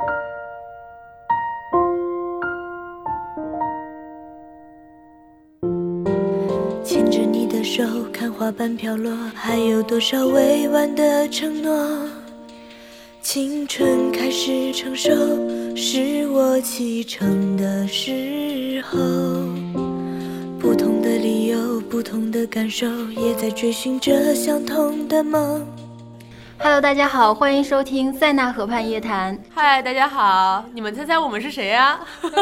牵着你的手，看花瓣飘落，还有多少委婉的承诺？青春开始成熟，是我启程的时候。不同的理由，不同的感受，也在追寻着相同的梦。 Hello， 大家好，欢迎收听塞纳河畔夜谈。 嗨，大家好，你们猜猜我们是谁呀？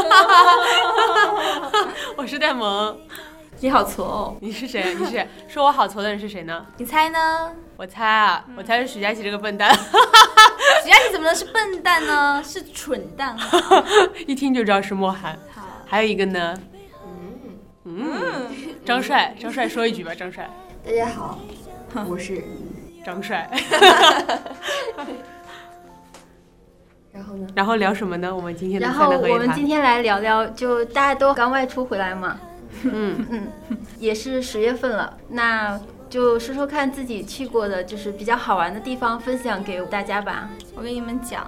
我是戴萌。 你好挫哦！ 你是谁？你是谁？说我好挫的人是谁呢？ 你猜呢？ 我猜啊，我猜是许佳琪这个笨蛋。 许佳琪怎么能是笨蛋呢？是蠢蛋啊！ 一听就知道是莫涵。还有一个呢？张帅说一句吧，张帅。 大家好，我是张帅。 然后呢？ 然后聊什么呢？我们今天的然后我们今天来聊聊，就大家都刚外出回来嘛。也是10月份了，那就说说看自己去过的就是比较好玩的地方，分享给大家吧。 我跟你们讲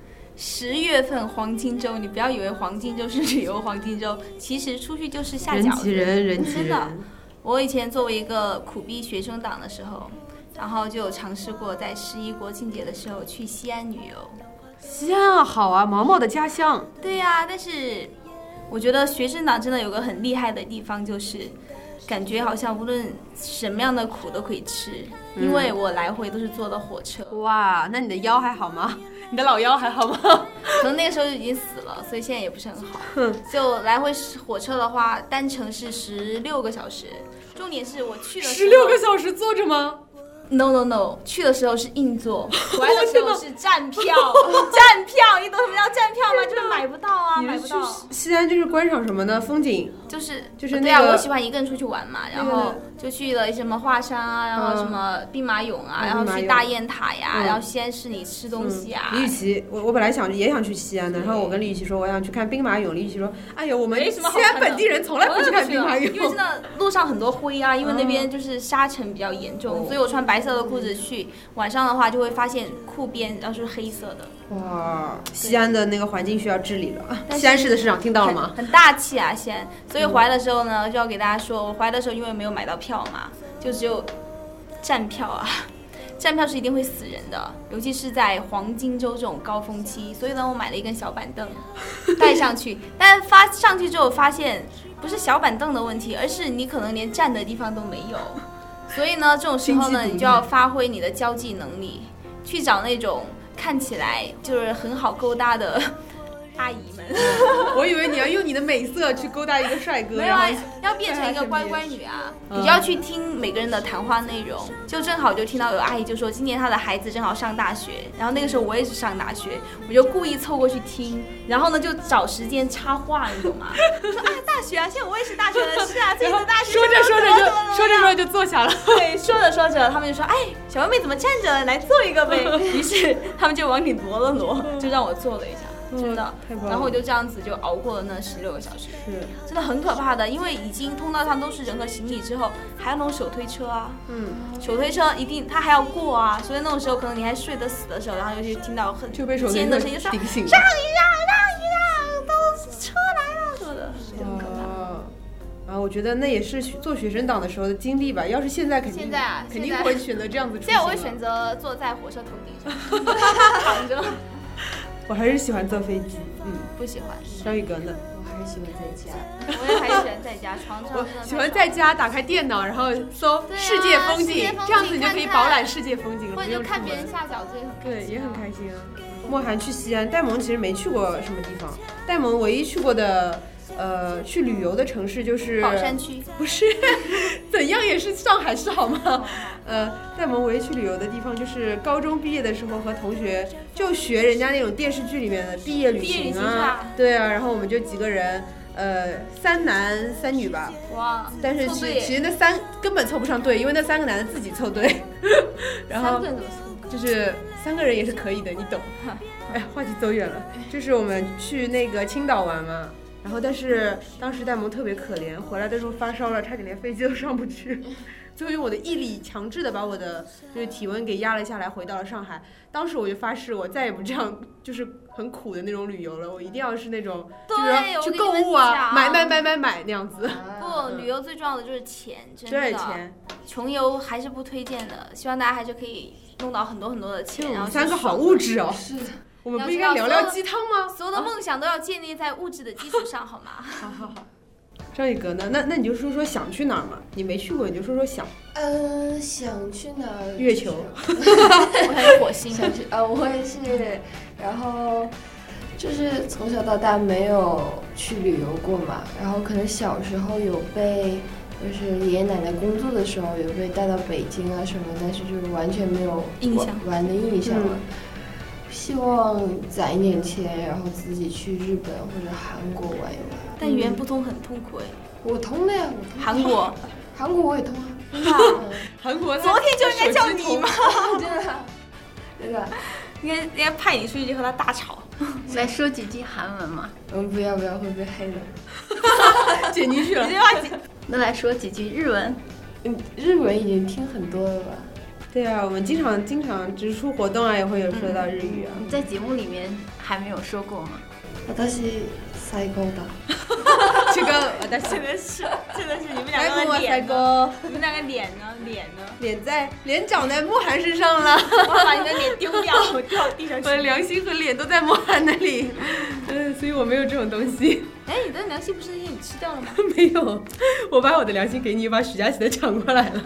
，10月份黄金周，你不要以为黄金周是旅游黄金周，其实出去就是下饺子。 人挤人。 真的，我以前作为一个苦逼学生党的时候，然后就有尝试过在11国庆节的时候去西安旅游。 西安好啊，毛毛的家乡。 对呀，但是我觉得学生党真的有个很厉害的地方，就是感觉好像无论什么样的苦都可以吃，因为我来回都是坐的火车。 哇，那你的腰还好吗？你的老腰还好吗？ 可能那个时候就已经死了，所以现在也不是很好。就来回火车的话，单程是16个小时。重点是我去的时候 16个小时坐着吗 ？No， 去的时候是硬座，回来的时候是站票。站票，你懂什么叫站票吗？就是买不到啊，买不到。 西安就是观赏什么呢？风景。 就是那个。 对啊，我喜欢一个人出去玩嘛，然后就去了什么华山啊，然后什么兵马俑啊，然后去大雁塔呀，然后西安市里吃东西啊。 李雨琦，我本来也想去西安的，然后我跟李雨琦说我想去看兵马俑，李雨琦说，哎呀，我们西安本地人从来不去看兵马俑， 因为真的路上很多灰啊，因为那边就是沙尘比较严重，所以我穿白色的裤子去，晚上的话就会发现裤边然后是黑色的。 哇，西安的那个环境需要治理了。西安市的市长听到了吗？ 很大气啊，西安。所以回来的时候呢，就要给大家说，我回来的时候因为没有买到票嘛，就只有站票啊。站票是一定会死人的，尤其是在黄金周这种高峰期。所以呢，我买了一根小板凳带上去，但上去之后发现不是小板凳的问题，而是你可能连站的地方都没有。所以呢，这种时候呢，你就要发挥你的交际能力，去找那种看起来就是很好勾搭的阿姨们。 我以为你要用你的美色去勾搭一个帅哥。 没有啊，要变成一个乖乖女啊！你就要去听每个人的谈话内容。就正好就听到有阿姨就说今年她的孩子正好上大学，然后那个时候我也是上大学，我就故意凑过去听，然后呢就找时间插话，你懂吗？说啊大学啊，现在我也是大学的，是啊，自己的大学。 说着就坐下了。 对，说着他们就说，哎，小妹妹怎么站着？来坐一个呗。于是他们就往里挪了挪，就让我坐了一下。真的，然后我就这样子就熬过了那16个小时，是真的很可怕的，因为已经通道上都是人和行李之后，还有那种手推车啊，手推车一定它还要过啊，所以那种时候可能你还睡得死的时候，然后就听到很尖的声音说让一让，都车来了什么的，很可怕。 啊，我觉得那也是做学生党的时候的经历吧。要是现在肯定不会选择这样子出行。 现在我会选择坐在火车头顶上躺着。 我还是喜欢坐飞机， 不喜欢。 张宇哥呢？ 我还是喜欢在家。 我也还是喜欢在家，床上。 我喜欢在家打开电脑，然后搜世界风景，这样子你就可以饱览世界风景了， 或者就看别人下饺子。 对，也很开心啊。莫涵去西安，戴萌其实没去过什么地方，戴萌唯一去过的。去旅游的城市就是宝山区， 不是，怎样也是上海市好吗？戴萌唯一去旅游的地方就是高中毕业的时候和同学就学人家那种电视剧里面的毕业旅行啊，对啊，然后我们就几个人，3男3女吧， 哇， 但是其实那根本凑不上队，因为那3个男的自己凑队，然后就是3个人也是可以的，你懂。哎，话题走远了，就是我们去那个青岛玩嘛。然后但是当时戴萌特别可怜，回来的时候发烧了，差点连飞机都上不去，最后用我的毅力强制的把我的就是体温给压了下来，回到了上海。当时我就发誓我再也不这样就是很苦的那种旅游了，我一定要是那种对， 就是去购物啊，买那样子。 不，旅游最重要的就是钱，真的。 对，钱。 穷游还是不推荐的，希望大家还是可以弄到很多很多的钱。然后 3个好物质哦。 是的。 我们不应该聊聊鸡汤吗？ 所有的梦想都要建立在物质的基础上，好吗？ 好。张宇哥呢？那你就说说想去哪儿嘛？你没去过，你就说说想。 想去哪儿？ 月球。 我还有火星。 想去我也是。然后就是从小到大没有去旅游过嘛，然后可能小时候有被，就是爷爷奶奶工作的时候有被带到北京啊什么，但是就是完全没有玩的印象了。希望攒一点钱，然后自己去日本或者韩国玩一玩。 但语言不通很痛苦哎。 我通的呀， 韩国我也通啊。 真的？ 韩国昨天就应该叫你吗？ 真的。 应该派你出去和他大吵。 来说几句韩文嘛？ 不要会被黑的。 剪进去了。 那来说几句日文。 日文已经听很多了吧？ 对啊，我们经常就是出活动啊，也会有说到日语啊。 你在节目里面还没有说过吗？ 私最高だ。 这个真的是你们两个的脸呢？你们两个脸呢？ 脸长在慕寒身上了。 我要把你的脸丢掉，我掉地上去。 我的良心和脸都在慕寒那里。所以我没有这种东西。 哎，你的良心不是那天你吃掉了吗？ 没有，我把我的良心给你，把许佳琪的抢过来了。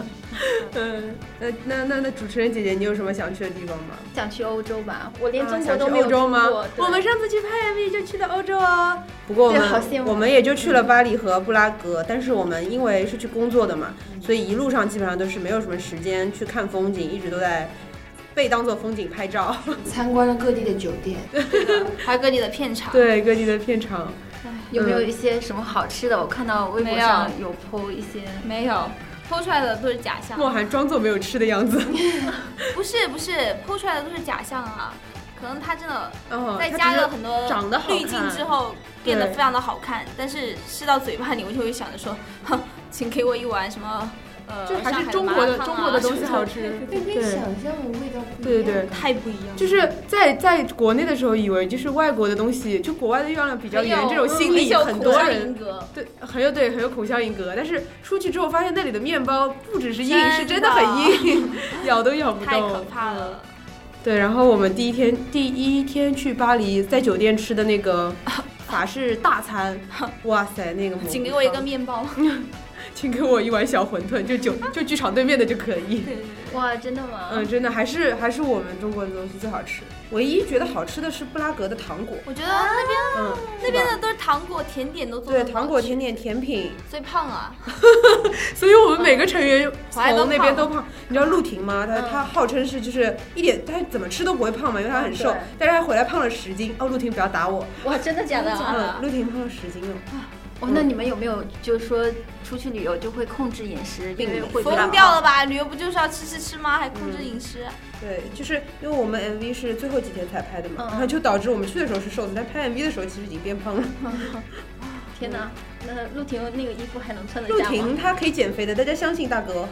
那主持人姐姐，你有什么想去的地方吗？ 想去欧洲吧，我连中国都没有去欧洲吗？ 我们上次去拍 MV 就去了欧洲哦。不过我们也就去了巴黎和布拉格，但是我们因为是去工作的嘛，所以一路上基本上都是没有什么时间去看风景，一直都在被当做风景拍照。 参观了各地的酒店， 还有各地的片场。 对，各地的片场。 有没有一些什么好吃的？我看到微博上有 po 一些， 没有，po 出来的都是假象。 莫涵装作没有吃的样子。 不是，po 出来的都是假象啊。可能它真的在加了很多滤镜之后变得非常的好看，但是吃到嘴巴里我就会想着说，哼，请给我一碗什么就还是中国的东西好吃， 跟想象的味道不一样， 对， 太不一样了。 就是在国内的时候以为就是外国的东西，就国外的月亮比较圆这种心理，很多人对很有孔孝银阁，但是出去之后发现那里的面包不只是硬，是真的很硬，咬都咬不动， 太可怕了。 对，然后我们第一天去巴黎，在酒店吃的那个法式大餐，哇塞，那个请给我一个面包。 请给我一碗小馄饨，就剧场对面的就可以。 哇，真的吗？ 真的，还是我们中国的东西最好吃。唯一觉得好吃的是布拉格的糖果。 我觉得那边的都是糖果甜点都做得好吃。 对，糖果甜点甜品。 所以胖啊。 所以我们每个成员从那边都胖。你知道陆婷吗？她号称是就是一点，她怎么吃都不会胖嘛，因为她很瘦。但是她回来胖了10斤。陆婷不要打我。 哇，真的假的？ 陆婷胖了10斤了。 那你们有没有就是说出去旅游就会控制饮食，因为会疯掉了吧？旅游不就是要吃吗？还控制饮食？ 对，就是因为我们 MV 是最后几天才拍的嘛，然后就导致我们去的时候是瘦的，但拍 MV 的时候其实已经变胖了。 天哪，那陆婷那个衣服还能穿得下吗？ 陆婷她可以减肥的，大家相信大哥。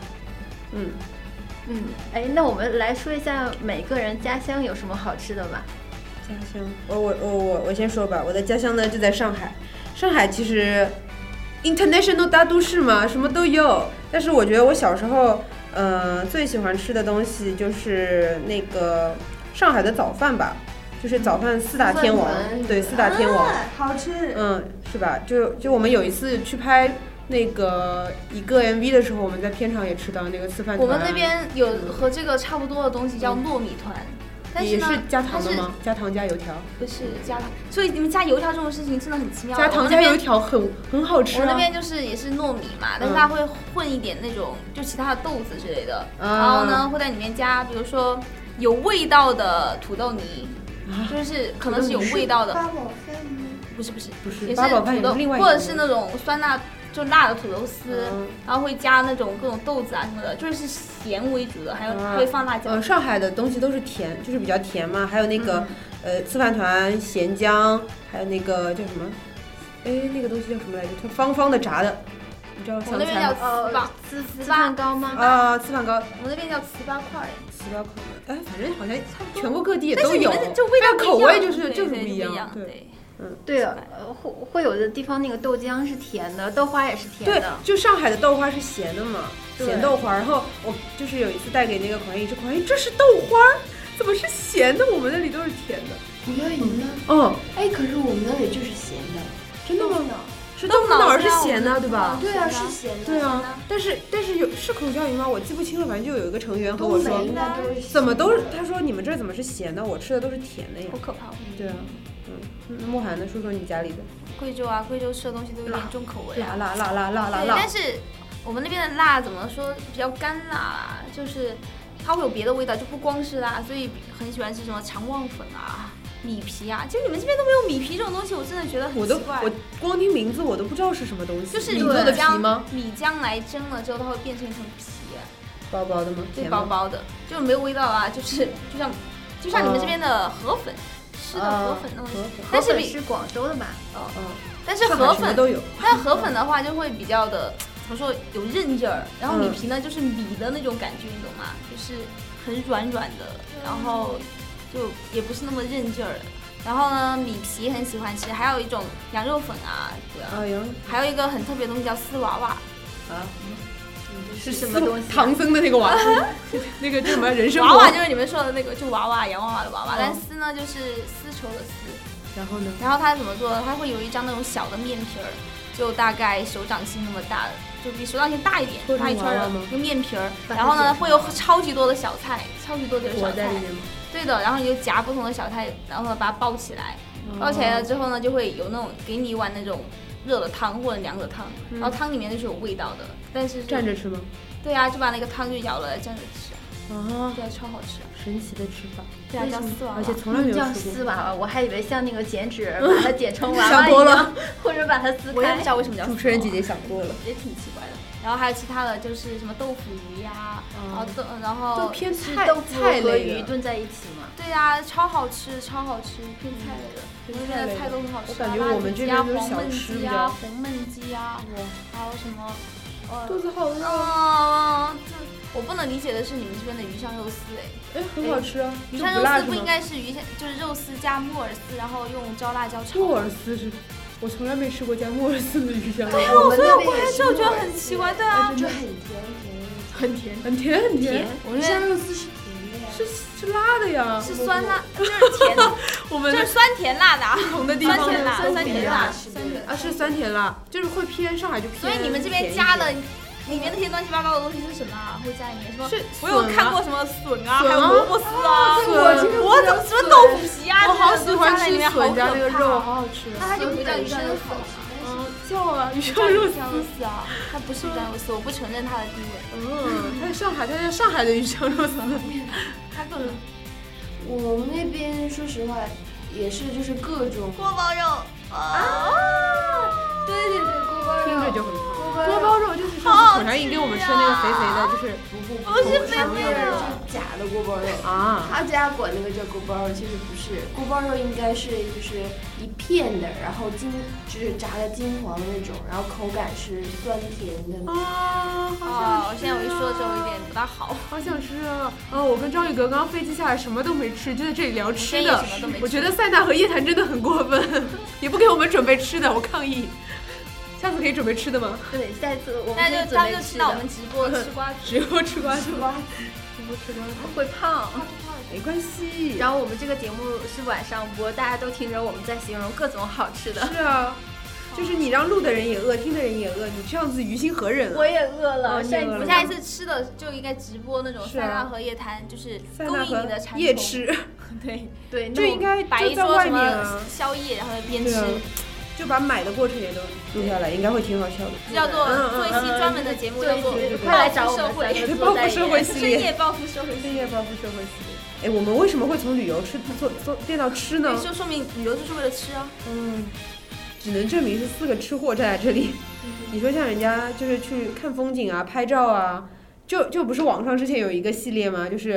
哎，那我们来说一下每个人家乡有什么好吃的吧。 家乡，我先说吧，我的家乡呢就在上海。上海其实 international 大都市嘛，什么都有。但是我觉得我小时候，最喜欢吃的东西就是那个上海的早饭吧，就是早饭4大天王，对，4大天王， 好吃。 是吧？就我们有一次去拍那个一个 MV 的时候，我们在片场也吃到那个吃饭团。 我们那边有和这个差不多的东西叫糯米团。但是也是加糖的吗？加糖加油条？ 不是加糖，所以你们加油条这种事情真的很奇妙。 加糖加油条很好吃。 我那边就是也是糯米嘛，但是它会混一点那种就其他的豆子之类的，然后呢会在里面加，比如说有味道的土豆泥，就是可能是有味道的。 八宝饭吗？ 不是， 也是土豆， 或者是那种酸辣。就辣的土豆丝，然后会加那种各种豆子啊什么的，就是咸为主的，还有会放辣椒。 上海的东西都是甜，就是比较甜嘛，还有那个吃饭团、咸姜，还有那个叫什么？那个东西叫什么来着？它方方的炸的， 你知道我们那边叫糍粑， 糍粑糕吗？ 糍粑糕， 我们那边叫糍粑块。 糍粑块，哎，反正好像全国各地也都有， 就味道口味就是不一样， 对。 对了，会有的地方那个豆浆是甜的，豆花也是甜的。 对，就上海的豆花是咸的嘛，咸豆花。然后我就是有一次带给那个黄姨吃，黄姨这是豆花，怎么是咸的？我们那里都是甜的。 你们那里呢？ 哎， 可是我们那里就是咸的。 真的吗？是豆腐脑是咸的，对吧？ 对啊，是咸的。 对啊，但是是口教鱼吗？我记不清了，反正就有一个成员和我说，怎么都是，他说你们这怎么是咸的？我吃的都是甜的呀。 好可怕。 对啊。慕寒呢？说说你家里的。 贵州啊，贵州吃的东西都有点重口味啊， 辣。 对，但是我们那边的辣怎么说比较干辣啦，就是它会有别的味道，就不光是辣，所以很喜欢吃什么肠旺粉啊、米皮啊。就你们这边都没有米皮这种东西，我真的觉得很奇怪。 我光听名字我都不知道是什么东西。 就是米做的皮吗？ 米浆来蒸了之后，它会变成一层皮， 薄薄的吗？ 对，薄薄的，就没有味道啊，就像你们这边的河粉。吃的河粉那种，但是是广州的吧？ 但是河粉都有， 但河粉的话就会比较的怎么说有韧劲儿，然后米皮呢就是米的那种感觉，你懂吗？就是很软软的，然后就也不是那么韧劲儿。然后呢，米皮很喜欢吃，还有一种羊肉粉啊，对啊，还有一个很特别的东西叫丝娃娃啊。 是什么东西？ 唐僧的那个娃，那个叫什么人参娃娃，就是你们说的那个，就娃娃洋娃娃的娃娃，但丝呢就是丝绸的丝。 然后呢？ 然后它怎么做？它会有一张那种小的面皮儿，就大概手掌心那么大的，就比手掌心大一点，大一圈的一个面皮儿。然后呢，会有超级多的小菜，超级多的小菜。对的，然后你就夹不同的小菜，然后把它包起来。包起来了之后呢，就会有那种给你一碗那种热的汤或者凉的汤，然后汤里面就是有味道的，但是蘸着吃吗？ 对啊，就把那个汤就舀了蘸着吃。对，超好吃， 神奇的吃法。 对啊，叫丝娃娃， 而且从来没有叫丝娃娃，我还以为像那个剪纸把它剪成娃娃一样，或者把它撕开。 我也不知道为什么叫。 主持人姐姐想多了， 也挺奇怪的。然后还有其他的就是什么豆腐鱼呀，然后都偏菜豆腐和鱼炖在一起嘛。 对呀，超好吃，超好吃，偏菜类的。我们这边的菜都很好吃， 我感觉我们这边都是小吃比较。 红焖鸡啊，还有什么？ 肚子好饿。 我不能理解的是你们这边的鱼香肉丝， 很好吃啊。 鱼香肉丝不应该是就是肉丝加木耳丝，然后用椒辣椒炒。 木耳丝是，我从来没吃过加木耳丝的鱼香肉丝。 对啊，所以我过来之后觉得很奇怪，对啊， 就很甜。 鱼香肉丝是甜的呀， 是辣的呀， 是酸辣，就是甜的。我们就是酸甜辣的， 不同的地方酸甜辣，酸甜辣， 是酸甜辣，就是会偏上海就偏。 所以你们这边加的。里面那些乱七八糟的东西是什么啊？会加里面什么？我有看过什么笋啊，还有萝卜丝啊。我怎么什么豆腐皮啊？ 我好喜欢吃笋加那个肉，好好吃。 那它就不叫鱼香肉丝。 叫啊，鱼香肉丝啊，它不是鱼香肉丝，我不承认它的地位。 它在上海，它叫上海的鱼香肉丝。 它更。 我们那边说实话也是就是各种锅包肉啊。 对，锅包肉。 听着就很胖。锅包肉就是上次口传颖给我们吃那个肥肥的，就是不是肥肥的， 就是假的锅包肉啊。他家管那个叫锅包肉，其实不是，锅包肉应该是就是一片的，然后就是炸的金黄的那种，然后口感是酸甜的啊。 我现在我一说就有点不大好， 好想吃啊！我跟章宇哥刚刚飞机下来什么都没吃，就在这里聊吃的。我觉得塞纳和叶檀真的很过分，也不给我们准备吃的，我抗议。下次可以准备吃的吗？ 对，下次我们那就他们就听到我们直播吃瓜子， 直播吃瓜子， 会胖， 没关系。 然后我们这个节目是晚上播，大家都听着我们在形容各种好吃的。 是啊，就是你让录的人也饿，听的人也饿，你这样子于心何忍啊？ 我也饿了。 下一次吃的就应该直播那种塞纳河夜谈，就是勾引你的馋虫。 夜吃， 对， 就应该摆一桌什么宵夜，然后边吃。 就把买的过程也都录下来，应该会挺好笑的。 叫做做一期专门的节目，叫做快来找我们报复社会系列， 深夜报复社会系列。 我们为什么会从旅游变到吃呢？ 就说明旅游就是为了吃啊。 只能证明是4个吃货站在这里。你说像人家就是去看风景啊、拍照啊，就不是网上之前有一个系列吗？就是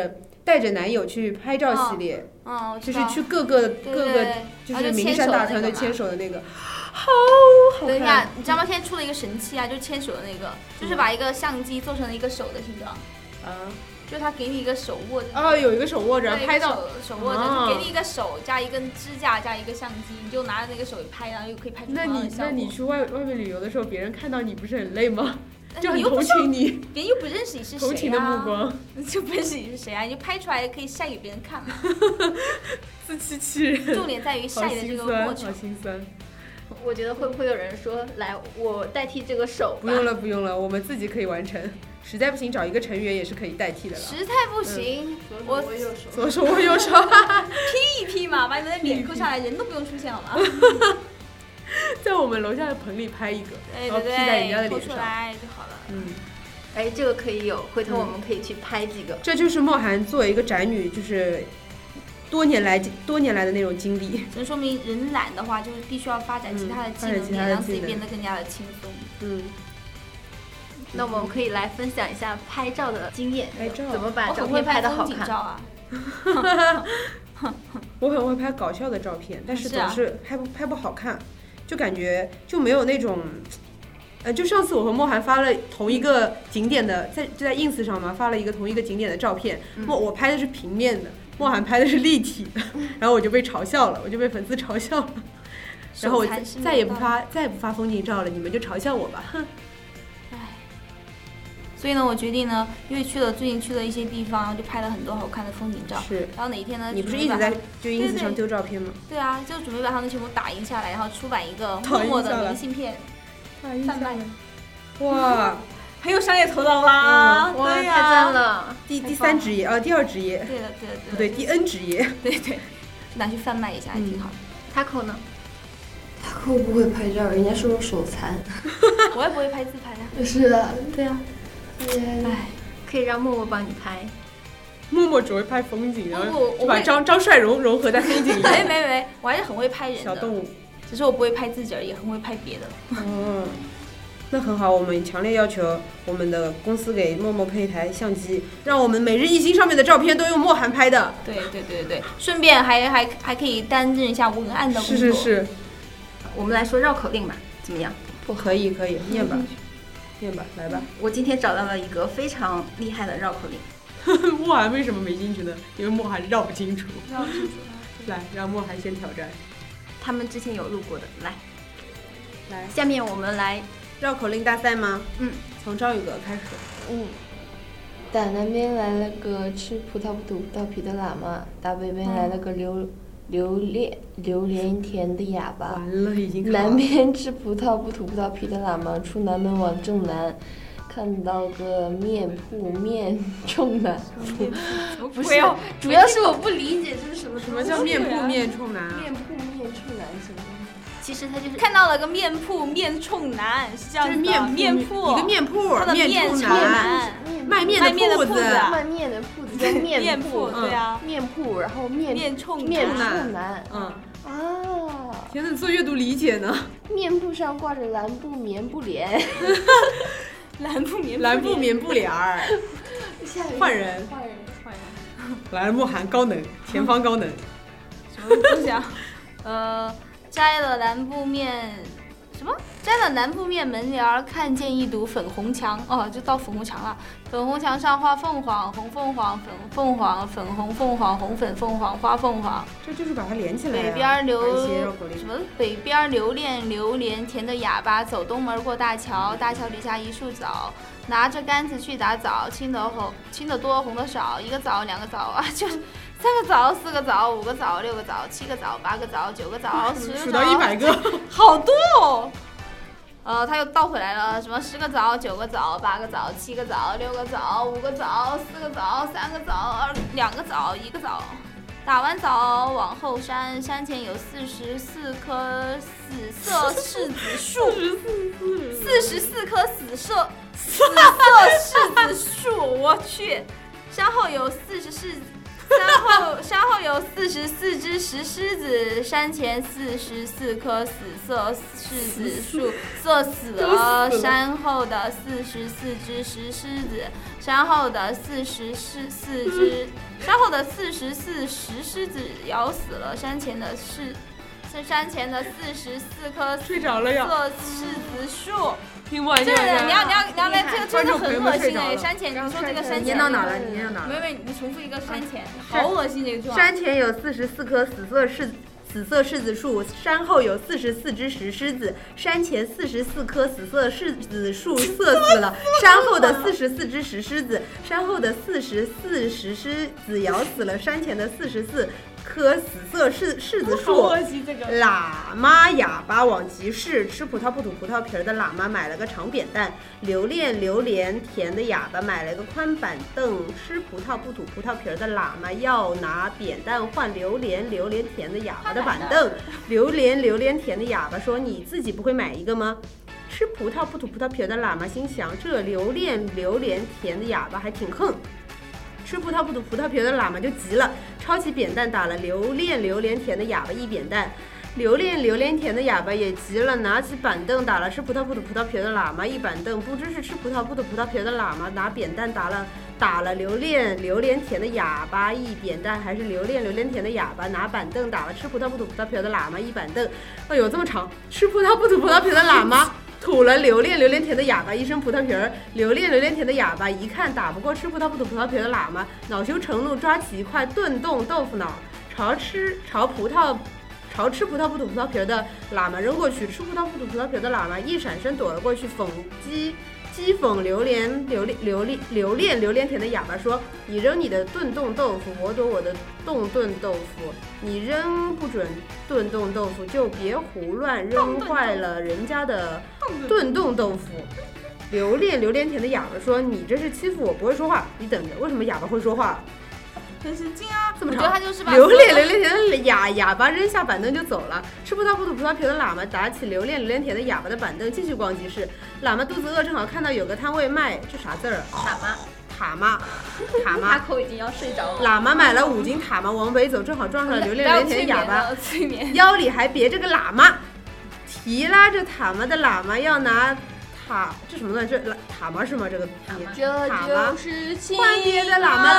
带着男友去拍照系列，就是去各个就是名山大川的牵手的那个，好看。 等一下，你知道吗？现在出了一个神器啊，就牵手的那个，就是把一个相机做成了一个手的形状。就是他给你一个手握着， 有一个手握着，拍到手握着，就给你一个手加一根支架加一个相机，你就拿着那个手一拍，然后又可以拍出同样的效果。 那你去外面旅游的时候，别人看到你不是很累吗？就很同情你， 别人又不认识你是谁啊， 同情的目光， 就不认识你是谁啊，你就拍出来可以晒给别人看嘛。 自欺欺人。 重点在于晒的这个过程。 好心酸。 我觉得会不会有人说，来，我代替这个手吧？ 不用了，我们自己可以完成。实在不行，找一个成员也是可以代替的了。 实在不行， 左手握右手 P 一 P 嘛，把你们的脸抠下来，人都不用出现了嘛。 在我们楼下的棚里拍一个， 对， 然后 P 在人家的脸上， 抠出来就好了。 这个可以有，回头我们可以去拍几个。 这就是莫涵作为一个宅女，就是多年来的那种经历。 只能说明人懒的话，就是必须要发展其他的技能点，让自己变得更加的轻松。 那我们可以来分享一下拍照的经验，怎么把照片拍得好看啊？ 我很会拍搞笑的照片，但是总是拍不好看，就感觉就没有那种，就上次我和莫涵发了同一个景点的，就在 ins 上嘛，发了一个同一个景点的照片，我拍的是平面的，莫涵拍的是立体的，然后我就被嘲笑了，我就被粉丝嘲笑了，然后我再也不发风景照了，你们就嘲笑我吧，哼。 所以呢，我决定呢，因为最近去了一些地方，就拍了很多好看的风景照。 是。 然后哪一天呢？ 你不是一直在就 ins 上丢照片吗？ 对啊，就准备把它们全部打印下来，然后出版一个默默的明信片，贩卖。 哇， 很有商业头脑吧？ 哇，太赞了！ 第3职业第2职业。 对的。 不对，第 N 职业。 对，拿去贩卖一下还挺好。 Taco 呢 ？Taco 不会拍照，人家说我手残。 我也不会拍自拍呀。 是的， 对啊。 可以让默默帮你拍。 默默只会拍风景，然后就把张帅融合在风景里。 没，我还是很会拍人的小动物， 只是我不会拍自己而已，很会拍别的。 那很好，我们强烈要求我们的公司给默默配一台相机，让我们每日一星上面的照片都用莫涵拍的。 对，顺便还可以担任一下文案的工作。 是。 我们来说绕口令吧，怎么样？ 可以，念吧。来吧！ 我今天找到了一个非常厉害的绕口令。莫涵为什么没进去呢？因为莫涵绕不清楚。来，让莫涵先挑战。 他们之前有录过的，来。下面我们来绕口令大赛吗？从赵宇哥开始。 打南边来了个吃葡萄不吐葡萄皮的喇嘛，打北边来了个榴莲甜的哑巴， 完了已经。 南边吃葡萄不吐葡萄皮的喇嘛，出南门往正南，看到个面铺面冲南。 不是， 主要是我不理解这是什么。 什么叫面铺面冲南？ 面铺面冲南什么？ 其实他就是看到了个面铺面冲南，是这样子的。面铺一个面铺， 它的面冲南， 卖面的铺子， 卖面的铺子叫面铺， 对啊， 面铺，然后面冲南， 天哪，你做阅读理解呢？ 面铺上挂着蓝布棉布帘， 蓝布棉布帘儿，换人，来了，莫涵高能，前方高能， 什么东西啊？摘了蓝布面，什么？摘了蓝布面门帘，看见一堵粉红墙，就到粉红墙了。粉红墙上画凤凰，红凤凰，粉凤凰，粉红凤凰，红粉凤凰，花凤凰。 这就是把它连起来。 北边北边留莲甜的哑巴，走东门过大桥，大桥底下一树枣，拿着杆子去打枣，青的多，红的少，一个枣2个枣啊，就是3个枣4个枣5个枣6个枣7个枣8个枣9个枣10个枣， 数到100个， 好多哦。他又倒回来了，什么10个枣9个枣8个枣7个枣6个枣5个枣4个枣3个枣2个枣1个枣。打完枣往后山，山前有44棵死色柿子树，44棵死色柿子树，我去。山后有44 山后有44只石狮子，山前44棵死色柿子树，色死了。山后的44只石狮子，山后的44石狮子咬死了山前的44棵睡着了呀色柿子树。 听不完这你要来，这个真的很恶心哎！山前，你说这个山前念到哪了？你念到哪了？ 没，你重复一个山前，好恶心这个句话。 山前有44棵死色柿子树，山后有44只石狮子，山前44棵死色柿子树色死了，山后的44只石狮子，山后的44石狮子咬死了山前的44棵死色柿子树。喇嘛哑巴往集市，吃葡萄不吐葡萄皮的喇嘛买了个长扁担，榴莲甜的哑巴买了个宽板凳，吃葡萄不吐葡萄皮的喇嘛要拿扁担换榴莲甜的哑巴的板凳。榴莲甜的哑巴说：“你自己不会买一个吗？”吃葡萄不吐葡萄皮的喇嘛心想：这榴莲甜的哑巴还挺横。吃葡萄不吐葡萄皮的喇嘛就急了，抄起扁担打了榴莲甜的哑巴一扁担。榴莲甜的哑巴也急了，拿起板凳打了吃葡萄不吐葡萄皮的喇嘛一板凳。不知是吃葡萄不吐葡萄皮的喇嘛拿扁担打了榴莲甜的哑巴一扁担，还是榴莲甜的哑巴拿板凳打了吃葡萄不吐葡萄皮的喇嘛一板凳。哎呦，这么长！吃葡萄不吐葡萄皮的喇嘛吐了榴莲甜的哑巴一身葡萄皮儿。榴莲甜的哑巴一看打不过吃葡萄不吐葡萄皮的喇嘛，恼羞成怒，抓起一块炖冻豆腐脑朝吃葡萄不吐葡萄皮的喇嘛扔过去。吃葡萄不吐葡萄皮的喇嘛一闪身躲了过去，讥讽榴莲甜的哑巴说：“你扔你的炖冻豆腐，我躲我的炖豆腐。你扔不准炖冻豆腐，就别胡乱扔坏了人家的炖冻豆腐。”榴莲甜的哑巴说：“你这是欺负我，不会说话。你等着，为什么哑巴会说话？” 很神经啊！ 这么长， 我觉得他就是把榴莲甜的哑巴扔下板凳就走了。吃葡萄不吐葡萄皮的喇嘛打起榴莲甜的哑巴的板凳继续逛集市。喇嘛肚子饿，正好看到有个摊位卖这啥字儿？塔玛。 他口已经要睡着了。 喇嘛买了5斤塔玛往北走，正好撞上了榴莲甜的哑巴，腰里还别着个喇嘛。提拉着塔玛的喇嘛要拿。这什么呢？这塔玛是吗？这个塔玛就是换别的喇嘛。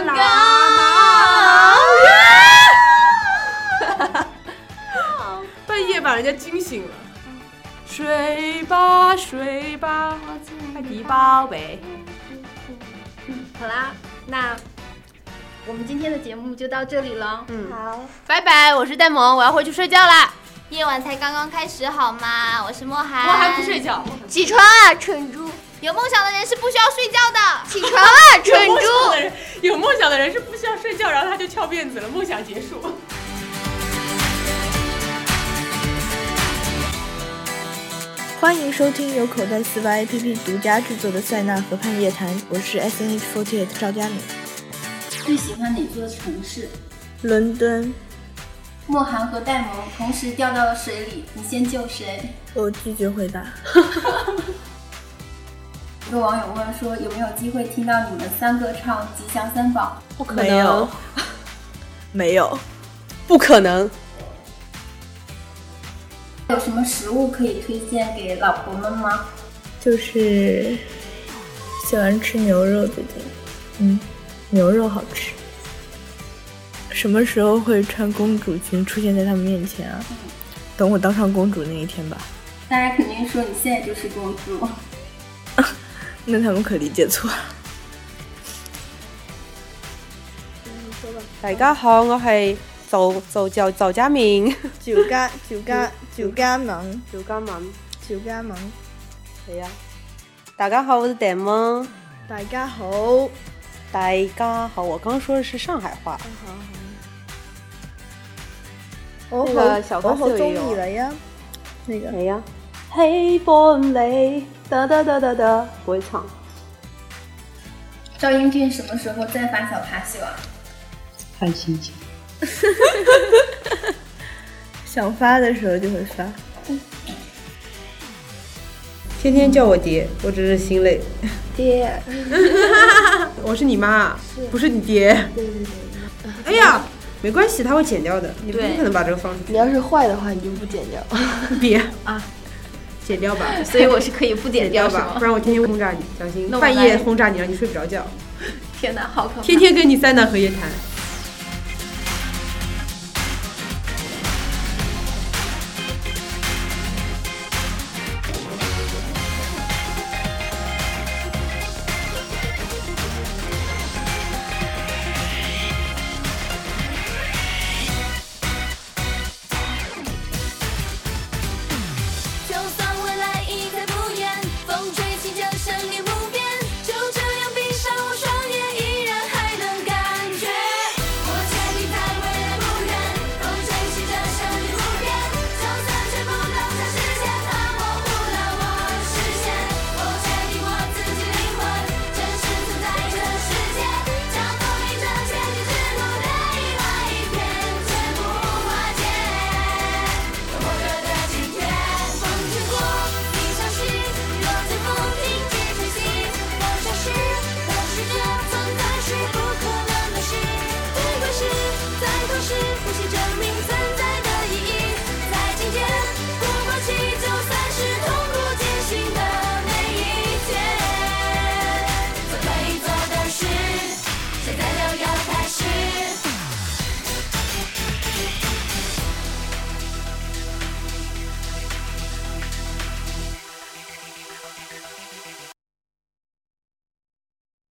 半夜把人家惊醒了。 睡吧，快递宝贝。 好啦，那我们今天的节目就到这里了。 好， 拜拜，我是戴萌，我要回去睡觉啦。 夜晚才刚刚开始好吗？我是莫涵。 我还不睡觉。 起床啊，蠢猪！ 有梦想的人是不需要睡觉的。 起床啊，蠢猪！ 有梦想的人是不需要睡觉，然后他就翘辫子了，梦想结束。 欢迎收听由口袋四八 APP 独家制作的塞纳河畔夜谈，我是 SNH48 赵佳敏。 最喜欢哪座城市？ 伦敦。 莫涵和戴萌同时掉到了水里，你先救谁？ 我拒绝回答。 有个网友问说，有没有机会听到你们3个唱吉祥三宝？ 不可能。 没有， 不可能。 有什么食物可以推荐给老婆们吗？ 就是喜欢吃牛肉，最近牛肉好吃。什么时候会穿公主裙出现在他们面前啊？等我当上公主那一天吧。 大家肯定说你现在就是公主。 那他们可理解错了。 大家好，我係趙家明。 趙家萌。 係啊。大家好，我是戴萌。 大家好。 我剛說的是上海話。 我好中意了呀，那個。 係啊。喜歡你，噠，不會唱。 赵英俊什麼時候再發小趴秀啊？ 看心情。 想發的時候就會發。 天天叫我爹，我只是心累。 爹。 我是你媽，不是你爹。 對。 哎呀，没关系，他会剪掉的，你不对可能把这个放出去。 你要是坏的话，你就不剪掉。 别啊， 剪掉吧， 所以我是可以不剪剪掉吧， 掉是吗不？然我天天轰炸你，小心那我半夜来轰炸你，让你睡不着觉， 天哪，好可怕！ 天天跟你三男合夜谈。